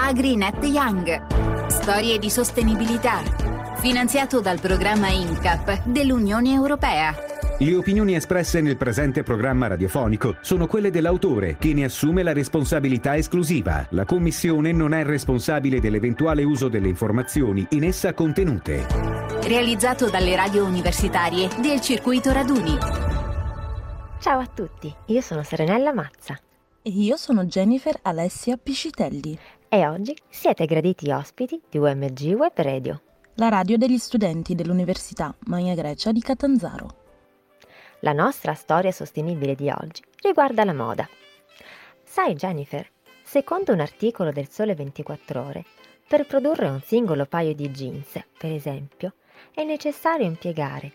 AgriNet Young. Storie di sostenibilità. Finanziato dal programma INCAP dell'Unione Europea. Le opinioni espresse nel presente programma radiofonico sono quelle dell'autore, che ne assume la responsabilità esclusiva. La Commissione non è responsabile dell'eventuale uso delle informazioni in essa contenute. Realizzato dalle radio universitarie del Circuito Raduni. Ciao a tutti, io sono Serenella Mazza. E io sono Jennifer Alessia Piscitelli. E oggi siete graditi ospiti di UMG Web Radio, la radio degli studenti dell'Università Magna Grecia di Catanzaro. La nostra storia sostenibile di oggi riguarda la moda. Sai Jennifer, secondo un articolo del Sole 24 Ore, per produrre un singolo paio di jeans, per esempio, è necessario impiegare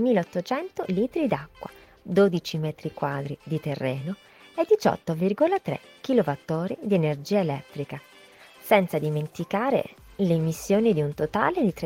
3.800 litri d'acqua, 12 metri quadri di terreno e 18,3 kWh di energia elettrica, senza dimenticare le emissioni di un totale di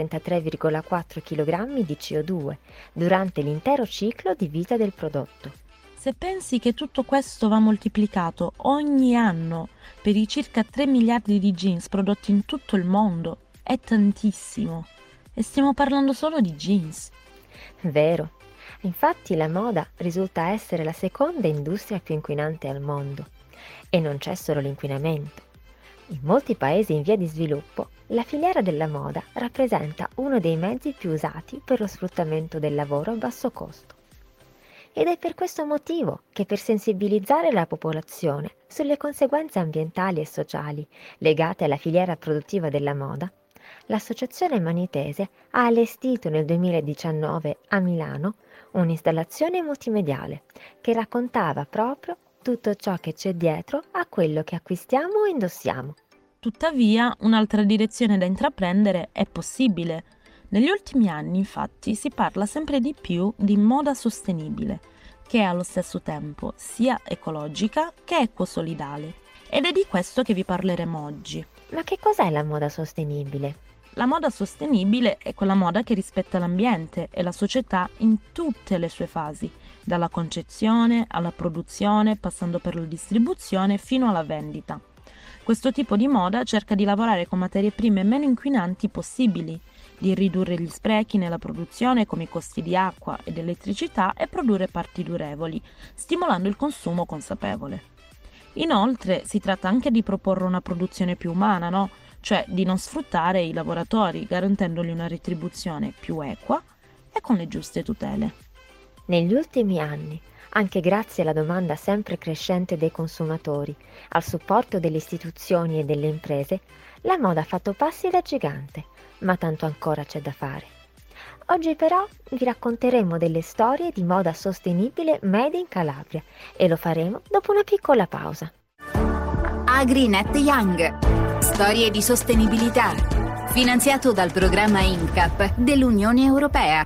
33,4 kg di CO2 durante l'intero ciclo di vita del prodotto. Se pensi che tutto questo va moltiplicato ogni anno per i circa 3 miliardi di jeans prodotti in tutto il mondo, è tantissimo. E stiamo parlando solo di jeans. Vero. Infatti la moda risulta essere la seconda industria più inquinante al mondo. E non c'è solo l'inquinamento. In molti paesi in via di sviluppo, la filiera della moda rappresenta uno dei mezzi più usati per lo sfruttamento del lavoro a basso costo. Ed è per questo motivo che, per sensibilizzare la popolazione sulle conseguenze ambientali e sociali legate alla filiera produttiva della moda, l'Associazione Manitese ha allestito nel 2019 a Milano un'installazione multimediale che raccontava proprio tutto ciò che c'è dietro a quello che acquistiamo e indossiamo. Tuttavia, un'altra direzione da intraprendere è possibile. Negli ultimi anni, infatti, si parla sempre di più di moda sostenibile, che è allo stesso tempo sia ecologica che ecosolidale. Ed è di questo che vi parleremo oggi. Ma che cos'è la moda sostenibile? La moda sostenibile è quella moda che rispetta l'ambiente e la società in tutte le sue fasi, dalla concezione alla produzione, passando per la distribuzione fino alla vendita. Questo tipo di moda cerca di lavorare con materie prime meno inquinanti possibili, di ridurre gli sprechi nella produzione come i costi di acqua ed elettricità e produrre parti durevoli, stimolando il consumo consapevole. Inoltre si tratta anche di proporre una produzione più umana, no? Cioè di non sfruttare i lavoratori, garantendogli una retribuzione più equa e con le giuste tutele. Negli ultimi anni, anche grazie alla domanda sempre crescente dei consumatori, al supporto delle istituzioni e delle imprese, la moda ha fatto passi da gigante, ma tanto ancora c'è da fare. Oggi però vi racconteremo delle storie di moda sostenibile made in Calabria e lo faremo dopo una piccola pausa. AgriNet Young. Storie di sostenibilità. Finanziato dal programma INCAP dell'Unione Europea.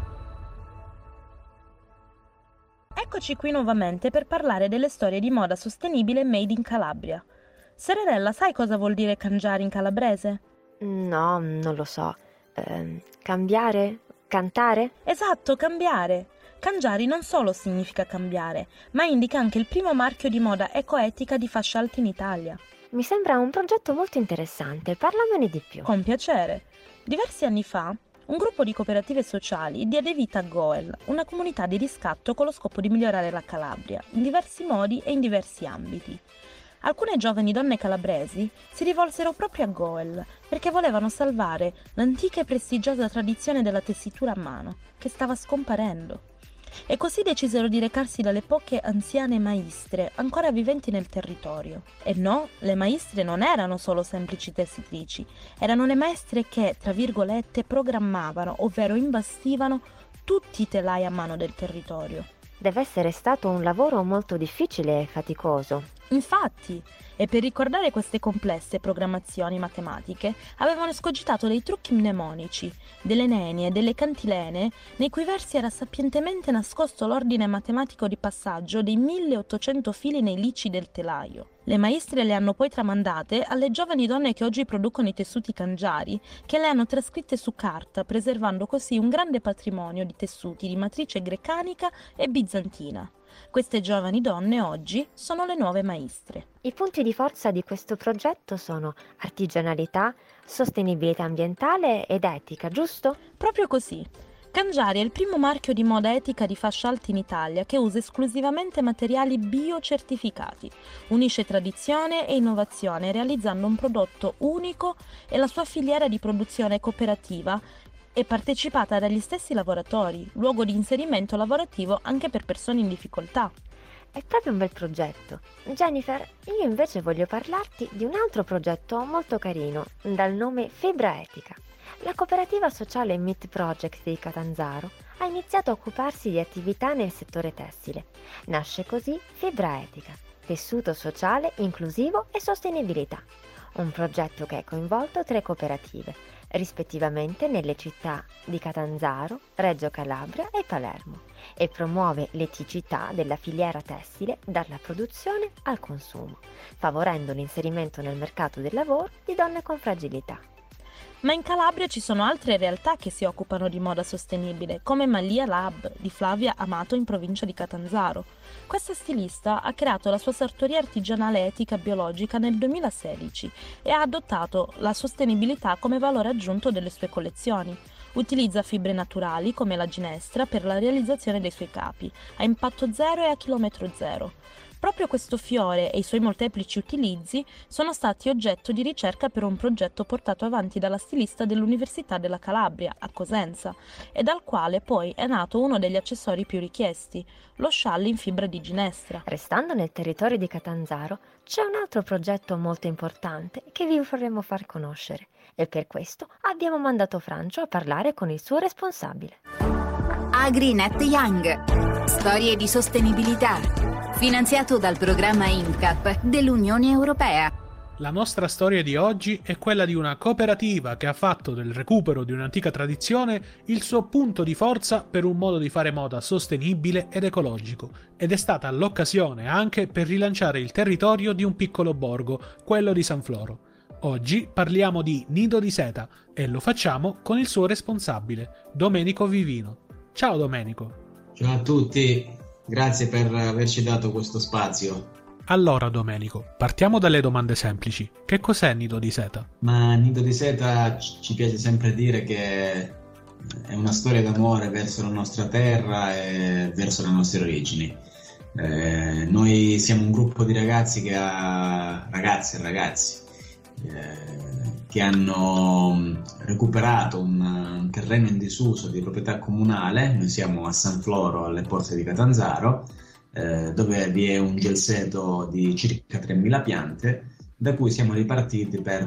Eccoci qui nuovamente per parlare delle storie di moda sostenibile made in Calabria. Serenella, sai cosa vuol dire cangiare in calabrese? No, non lo so. Cambiare? Cantare? Esatto, cambiare. Cangiari non solo significa cambiare, ma indica anche il primo marchio di moda ecoetica di fascia alta in Italia. Mi sembra un progetto molto interessante, parlamene di più. Con piacere. Diversi anni fa, un gruppo di cooperative sociali diede vita a Goel, una comunità di riscatto con lo scopo di migliorare la Calabria, in diversi modi e in diversi ambiti. Alcune giovani donne calabresi si rivolsero proprio a Goel perché volevano salvare l'antica e prestigiosa tradizione della tessitura a mano, che stava scomparendo. E così decisero di recarsi dalle poche anziane maestre ancora viventi nel territorio. E no, le maestre non erano solo semplici tessitrici, erano le maestre che, tra virgolette, programmavano, ovvero imbastivano tutti i telai a mano del territorio. Deve essere stato un lavoro molto difficile e faticoso. Infatti, e per ricordare queste complesse programmazioni matematiche, avevano escogitato dei trucchi mnemonici, delle nenie e delle cantilene, nei cui versi era sapientemente nascosto l'ordine matematico di passaggio dei 1800 fili nei lici del telaio. Le maestre le hanno poi tramandate alle giovani donne che oggi producono i tessuti cangiari, che le hanno trascritte su carta, preservando così un grande patrimonio di tessuti di matrice grecanica e bizantina. Queste giovani donne oggi sono le nuove maestre. I punti di forza di questo progetto sono artigianalità, sostenibilità ambientale ed etica, giusto? Proprio così. Cangiari è il primo marchio di moda etica di fascia alta in Italia che usa esclusivamente materiali biocertificati, unisce tradizione e innovazione realizzando un prodotto unico e la sua filiera di produzione cooperativa è partecipata dagli stessi lavoratori, luogo di inserimento lavorativo anche per persone in difficoltà. È proprio un bel progetto. Jennifer, io invece voglio parlarti di un altro progetto molto carino, dal nome Fibra Etica. La cooperativa sociale Meet Project di Catanzaro ha iniziato a occuparsi di attività nel settore tessile. Nasce così Fibra Etica, tessuto sociale, inclusivo e sostenibilità. Un progetto che ha coinvolto 3 cooperative, rispettivamente nelle città di Catanzaro, Reggio Calabria e Palermo, e promuove l'eticità della filiera tessile dalla produzione al consumo, favorendo l'inserimento nel mercato del lavoro di donne con fragilità. Ma in Calabria ci sono altre realtà che si occupano di moda sostenibile, come Malia Lab di Flavia Amato in provincia di Catanzaro. Questa stilista ha creato la sua sartoria artigianale etica biologica nel 2016 e ha adottato la sostenibilità come valore aggiunto delle sue collezioni. Utilizza fibre naturali come la ginestra per la realizzazione dei suoi capi, a impatto zero e a chilometro zero. Proprio questo fiore e i suoi molteplici utilizzi sono stati oggetto di ricerca per un progetto portato avanti dalla stilista dell'Università della Calabria, a Cosenza, e dal quale poi è nato uno degli accessori più richiesti, lo scialle in fibra di ginestra. Restando nel territorio di Catanzaro, c'è un altro progetto molto importante che vi vorremmo far conoscere, e per questo abbiamo mandato Francio a parlare con il suo responsabile. AgriNet Young. Storie di sostenibilità. Finanziato dal programma INCAP dell'Unione Europea. La nostra storia di oggi è quella di una cooperativa che ha fatto del recupero di un'antica tradizione il suo punto di forza per un modo di fare moda sostenibile ed ecologico, ed è stata l'occasione anche per rilanciare il territorio di un piccolo borgo, quello di San Floro. Oggi parliamo di Nido di Seta e lo facciamo con il suo responsabile, Domenico Vivino. Ciao Domenico. Ciao a tutti. Grazie per averci dato questo spazio. Allora Domenico, partiamo dalle domande semplici. Che cos'è Nido di Seta? Ma Nido di Seta ci piace sempre dire che è una storia d'amore verso la nostra terra e verso le nostre origini. Noi siamo un gruppo di ragazzi che che hanno recuperato un terreno in disuso di proprietà comunale. Noi siamo a San Floro, alle porte di Catanzaro, dove vi è un gelseto di circa 3.000 piante, da cui siamo ripartiti per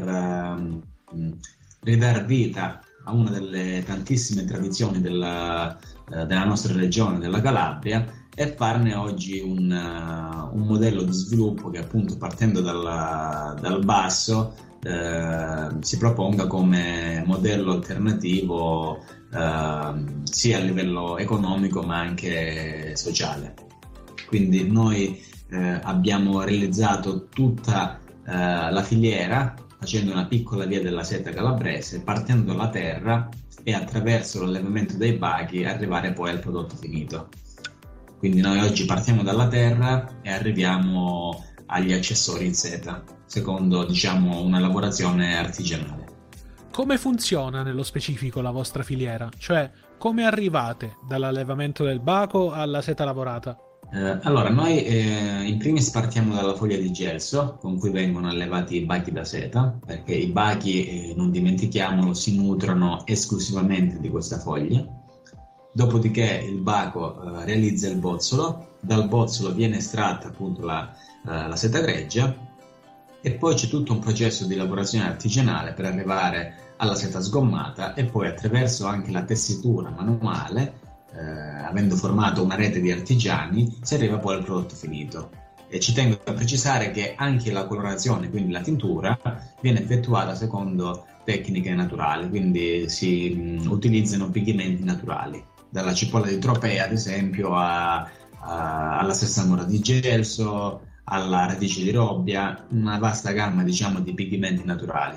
ridare vita a una delle tantissime tradizioni della nostra regione, della Calabria, e farne oggi un modello di sviluppo che, appunto, partendo dal basso, si proponga come modello alternativo sia a livello economico ma anche sociale. Quindi noi abbiamo realizzato tutta la filiera facendo una piccola via della seta calabrese, partendo dalla terra e attraverso l'allevamento dei bachi arrivare poi al prodotto finito. Quindi noi oggi partiamo dalla terra e arriviamo agli accessori in seta, secondo, una lavorazione artigianale. Come funziona nello specifico la vostra filiera? Cioè, come arrivate dall'allevamento del baco alla seta lavorata? Allora, noi in primis partiamo dalla foglia di gelso con cui vengono allevati i bachi da seta, perché i bachi, non dimentichiamolo, si nutrono esclusivamente di questa foglia. Dopodiché il baco realizza il bozzolo, dal bozzolo viene estratta appunto la seta greggia, e poi c'è tutto un processo di lavorazione artigianale per arrivare alla seta sgommata, e poi attraverso anche la tessitura manuale, avendo formato una rete di artigiani, si arriva poi al prodotto finito. E ci tengo a precisare che anche la colorazione, quindi la tintura, viene effettuata secondo tecniche naturali, quindi si utilizzano pigmenti naturali, dalla cipolla di Tropea ad esempio alla sessamora di gelso, alla radice di robbia, una vasta gamma di pigmenti naturali.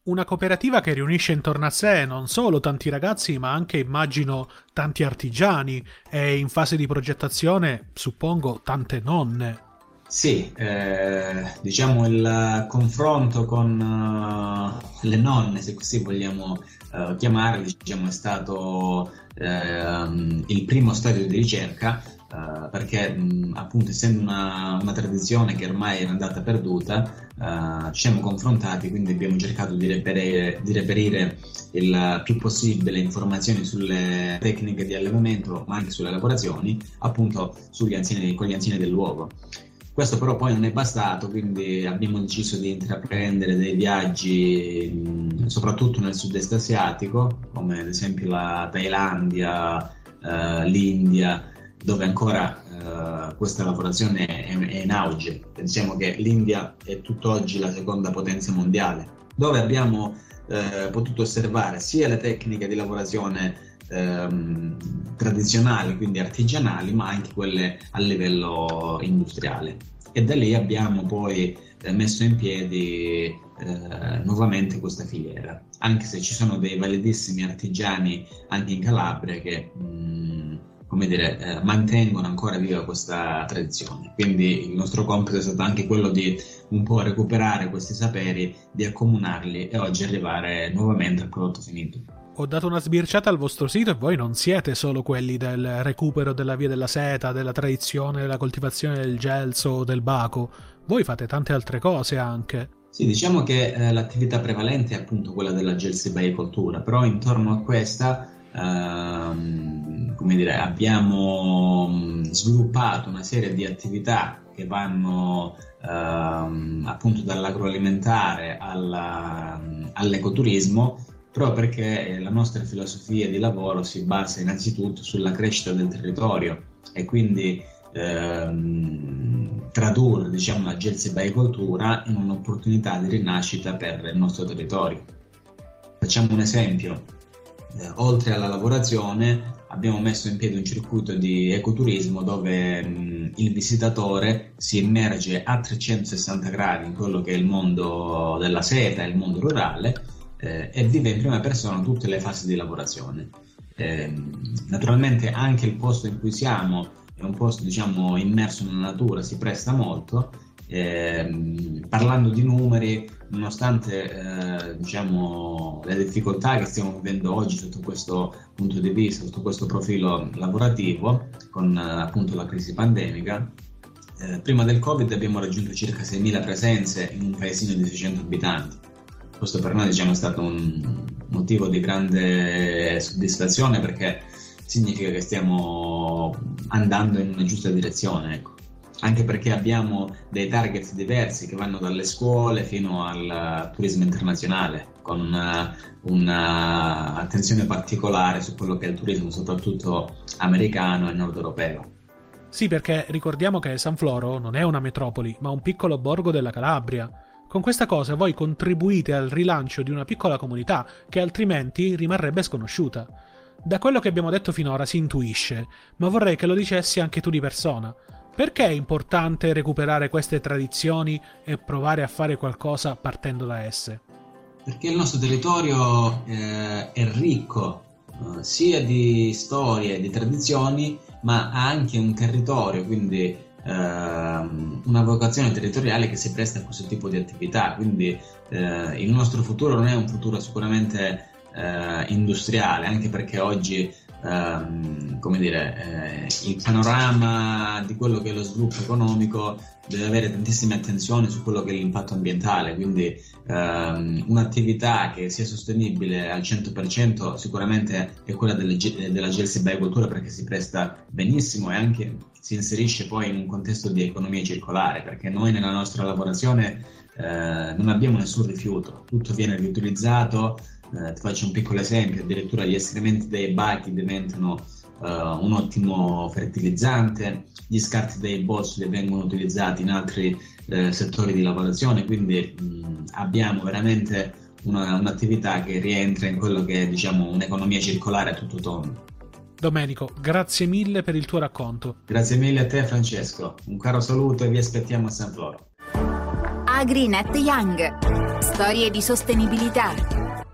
Una cooperativa che riunisce intorno a sé non solo tanti ragazzi, ma anche, immagino, tanti artigiani e in fase di progettazione, suppongo, tante nonne. Sì, diciamo il confronto con le nonne, se così vogliamo chiamarle, diciamo, è stato il primo stadio di ricerca, perché appunto, essendo una tradizione che ormai era andata perduta, ci siamo confrontati, quindi abbiamo cercato di reperire il più possibile informazioni sulle tecniche di allevamento, ma anche sulle lavorazioni, appunto con gli anziani del luogo. Questo però poi non è bastato, quindi abbiamo deciso di intraprendere dei viaggi soprattutto nel sud-est asiatico, come ad esempio la Thailandia, l'India, dove ancora questa lavorazione è in auge. Pensiamo che l'India è tutt'oggi la seconda potenza mondiale, dove abbiamo potuto osservare sia le tecniche di lavorazione tradizionali, quindi artigianali, ma anche quelle a livello industriale, e da lì abbiamo poi messo in piedi nuovamente questa filiera, anche se ci sono dei validissimi artigiani anche in Calabria che mantengono ancora viva questa tradizione. Quindi il nostro compito è stato anche quello di un po' recuperare questi saperi, di accomunarli e oggi arrivare nuovamente al prodotto finito. Ho dato una sbirciata al vostro sito e voi non siete solo quelli del recupero della via della seta, della tradizione, della coltivazione del gelso o del baco. Voi fate tante altre cose anche. Sì, diciamo che l'attività prevalente è appunto quella della gelsibaicoltura, però intorno a questa abbiamo sviluppato una serie di attività che vanno appunto dall'agroalimentare all'ecoturismo, proprio perché la nostra filosofia di lavoro si basa innanzitutto sulla crescita del territorio e quindi tradurre, diciamo, la gelsibaicoltura in un'opportunità di rinascita per il nostro territorio. Facciamo un esempio: oltre alla lavorazione abbiamo messo in piedi un circuito di ecoturismo dove il visitatore si immerge a 360 gradi in quello che è il mondo della seta, il mondo rurale, e vive in prima persona tutte le fasi di lavorazione. Naturalmente anche il posto in cui siamo è un posto, diciamo, immerso nella natura, si presta molto. Parlando di numeri, nonostante le difficoltà che stiamo vivendo oggi sotto questo punto di vista, sotto questo profilo lavorativo, con appunto la crisi pandemica, prima del Covid abbiamo raggiunto circa 6.000 presenze in un paesino di 600 abitanti. Questo per noi, diciamo, è stato un motivo di grande soddisfazione, perché significa che stiamo andando in una giusta direzione, ecco. Anche perché abbiamo dei target diversi che vanno dalle scuole fino al turismo internazionale, con una attenzione particolare su quello che è il turismo, soprattutto americano e nord europeo. Sì, perché ricordiamo che San Floro non è una metropoli, ma un piccolo borgo della Calabria. Con questa cosa voi contribuite al rilancio di una piccola comunità che altrimenti rimarrebbe sconosciuta. Da quello che abbiamo detto finora si intuisce, ma vorrei che lo dicessi anche tu di persona. Perché è importante recuperare queste tradizioni e provare a fare qualcosa partendo da esse? Perché il nostro territorio è ricco sia di storie e di tradizioni, ma ha anche un territorio, quindi una vocazione territoriale che si presta a questo tipo di attività. Quindi il nostro futuro non è un futuro sicuramente industriale, anche perché oggi il panorama di quello che è lo sviluppo economico deve avere tantissime attenzioni su quello che è l'impatto ambientale, quindi un'attività che sia sostenibile al 100% sicuramente è quella della gelsibaicoltura, perché si presta benissimo e anche si inserisce poi in un contesto di economia circolare, perché noi nella nostra lavorazione non abbiamo nessun rifiuto, tutto viene riutilizzato. Ti faccio un piccolo esempio: addirittura gli escrementi dei bachi diventano un ottimo fertilizzante, gli scarti dei bozzoli vengono utilizzati in altri settori di lavorazione, quindi abbiamo veramente un'attività che rientra in quello che è, diciamo, un'economia circolare a tutto tondo. Domenico, grazie mille per il tuo racconto. Grazie mille a te, Francesco, un caro saluto e vi aspettiamo a San Floro. AgriNet Young. Storie di sostenibilità.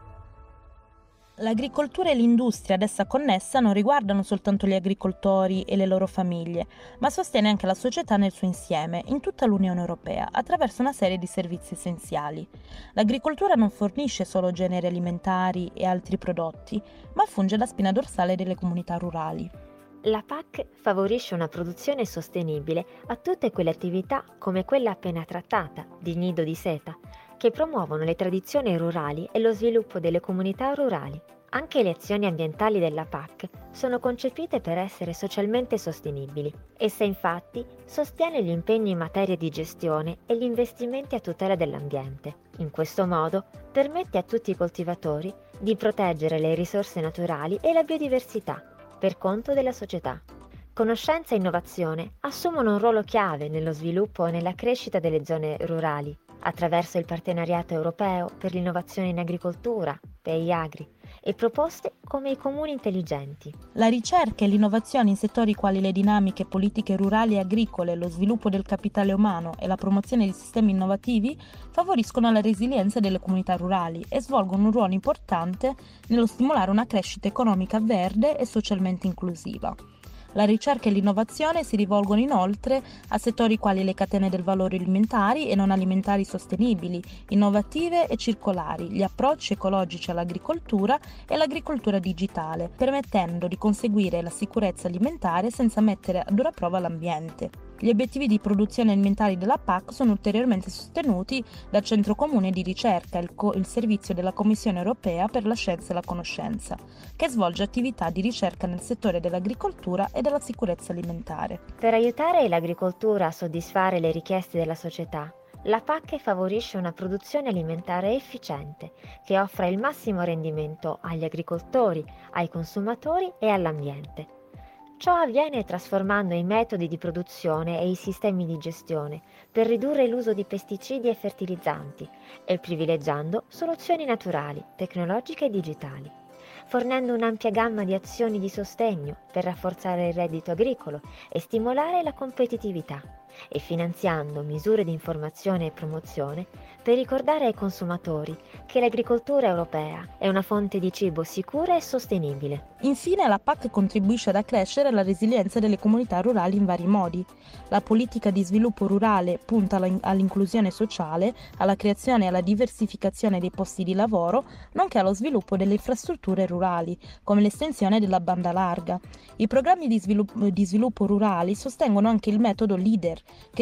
L'agricoltura e l'industria ad essa connessa non riguardano soltanto gli agricoltori e le loro famiglie, ma sostiene anche la società nel suo insieme, in tutta l'Unione Europea, attraverso una serie di servizi essenziali. L'agricoltura non fornisce solo generi alimentari e altri prodotti, ma funge da spina dorsale delle comunità rurali. La PAC favorisce una produzione sostenibile a tutte quelle attività come quella appena trattata, di nido di seta, che promuovono le tradizioni rurali e lo sviluppo delle comunità rurali. Anche le azioni ambientali della PAC sono concepite per essere socialmente sostenibili. Essa infatti sostiene gli impegni in materia di gestione e gli investimenti a tutela dell'ambiente. In questo modo permette a tutti i coltivatori di proteggere le risorse naturali e la biodiversità per conto della società. Conoscenza e innovazione assumono un ruolo chiave nello sviluppo e nella crescita delle zone rurali, attraverso il Partenariato Europeo per l'Innovazione in Agricoltura, PEI-Agri, e proposte come i comuni intelligenti. La ricerca e l'innovazione in settori quali le dinamiche politiche rurali e agricole, lo sviluppo del capitale umano e la promozione di sistemi innovativi favoriscono la resilienza delle comunità rurali e svolgono un ruolo importante nello stimolare una crescita economica verde e socialmente inclusiva. La ricerca e l'innovazione si rivolgono inoltre a settori quali le catene del valore alimentari e non alimentari sostenibili, innovative e circolari, gli approcci ecologici all'agricoltura e l'agricoltura digitale, permettendo di conseguire la sicurezza alimentare senza mettere a dura prova l'ambiente. Gli obiettivi di produzione alimentari della PAC sono ulteriormente sostenuti dal Centro Comune di Ricerca, il servizio della Commissione Europea per la Scienza e la Conoscenza, che svolge attività di ricerca nel settore dell'agricoltura e della sicurezza alimentare. Per aiutare l'agricoltura a soddisfare le richieste della società, la PAC favorisce una produzione alimentare efficiente che offra il massimo rendimento agli agricoltori, ai consumatori e all'ambiente. Ciò avviene trasformando i metodi di produzione e i sistemi di gestione per ridurre l'uso di pesticidi e fertilizzanti e privilegiando soluzioni naturali, tecnologiche e digitali, fornendo un'ampia gamma di azioni di sostegno per rafforzare il reddito agricolo e stimolare la competitività, e finanziando misure di informazione e promozione per ricordare ai consumatori che l'agricoltura europea è una fonte di cibo sicura e sostenibile. Infine, la PAC contribuisce ad accrescere la resilienza delle comunità rurali in vari modi. La politica di sviluppo rurale punta all'inclusione sociale, alla creazione e alla diversificazione dei posti di lavoro, nonché allo sviluppo delle infrastrutture rurali, come l'estensione della banda larga. I programmi di sviluppo rurali sostengono anche il metodo LEADER,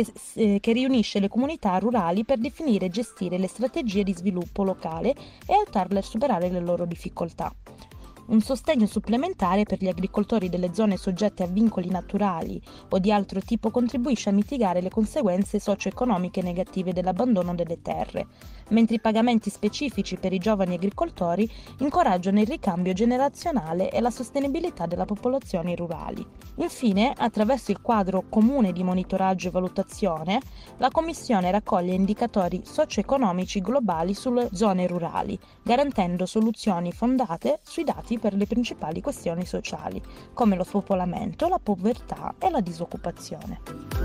che riunisce le comunità rurali per definire e gestire le strategie di sviluppo locale e aiutarle a superare le loro difficoltà. Un sostegno supplementare per gli agricoltori delle zone soggette a vincoli naturali o di altro tipo contribuisce a mitigare le conseguenze socio-economiche negative dell'abbandono delle terre, mentre i pagamenti specifici per i giovani agricoltori incoraggiano il ricambio generazionale e la sostenibilità della popolazione rurali. Infine, attraverso il quadro comune di monitoraggio e valutazione, la Commissione raccoglie indicatori socio-economici globali sulle zone rurali, garantendo soluzioni fondate sui dati per le principali questioni sociali, come lo spopolamento, la povertà e la disoccupazione.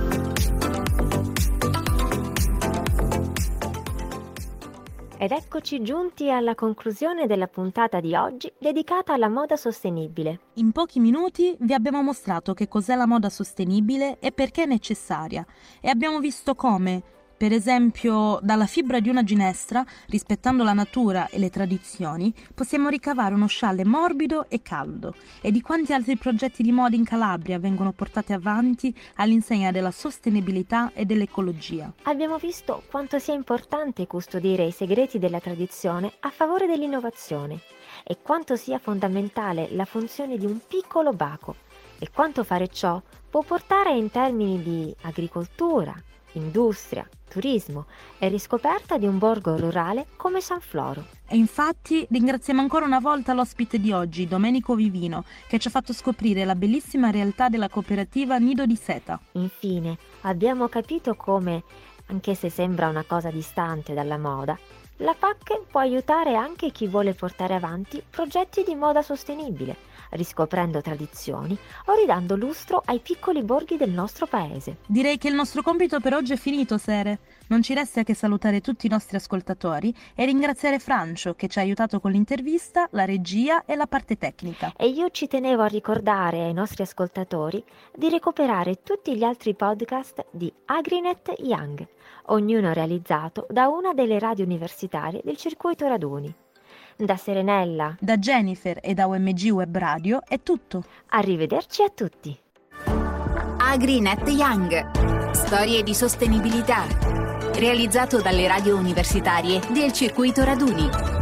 Ed eccoci giunti alla conclusione della puntata di oggi dedicata alla moda sostenibile. In pochi minuti vi abbiamo mostrato che cos'è la moda sostenibile e perché è necessaria, e abbiamo visto come, per esempio, dalla fibra di una ginestra, rispettando la natura e le tradizioni, possiamo ricavare uno scialle morbido e caldo, e di quanti altri progetti di moda in Calabria vengono portati avanti all'insegna della sostenibilità e dell'ecologia. Abbiamo visto quanto sia importante custodire i segreti della tradizione a favore dell'innovazione e quanto sia fondamentale la funzione di un piccolo baco e quanto fare ciò può portare in termini di agricoltura, industria, turismo e riscoperta di un borgo rurale come San Floro. E infatti ringraziamo ancora una volta l'ospite di oggi, Domenico Vivino, che ci ha fatto scoprire la bellissima realtà della cooperativa Nido di Seta. Infine, abbiamo capito come, anche se sembra una cosa distante dalla moda, la PAC può aiutare anche chi vuole portare avanti progetti di moda sostenibile, riscoprendo tradizioni o ridando lustro ai piccoli borghi del nostro paese. Direi che il nostro compito per oggi è finito, Sere. Non ci resta che salutare tutti i nostri ascoltatori e ringraziare Francio che ci ha aiutato con l'intervista, la regia e la parte tecnica. E io ci tenevo a ricordare ai nostri ascoltatori di recuperare tutti gli altri podcast di Agrinet Young, ognuno realizzato da una delle radio universitarie del circuito Raduni. Da Serenella, da Jennifer e da OMG Web Radio è tutto. Arrivederci a tutti. Agrinet Young, storie di sostenibilità, realizzato dalle radio universitarie del circuito Raduni.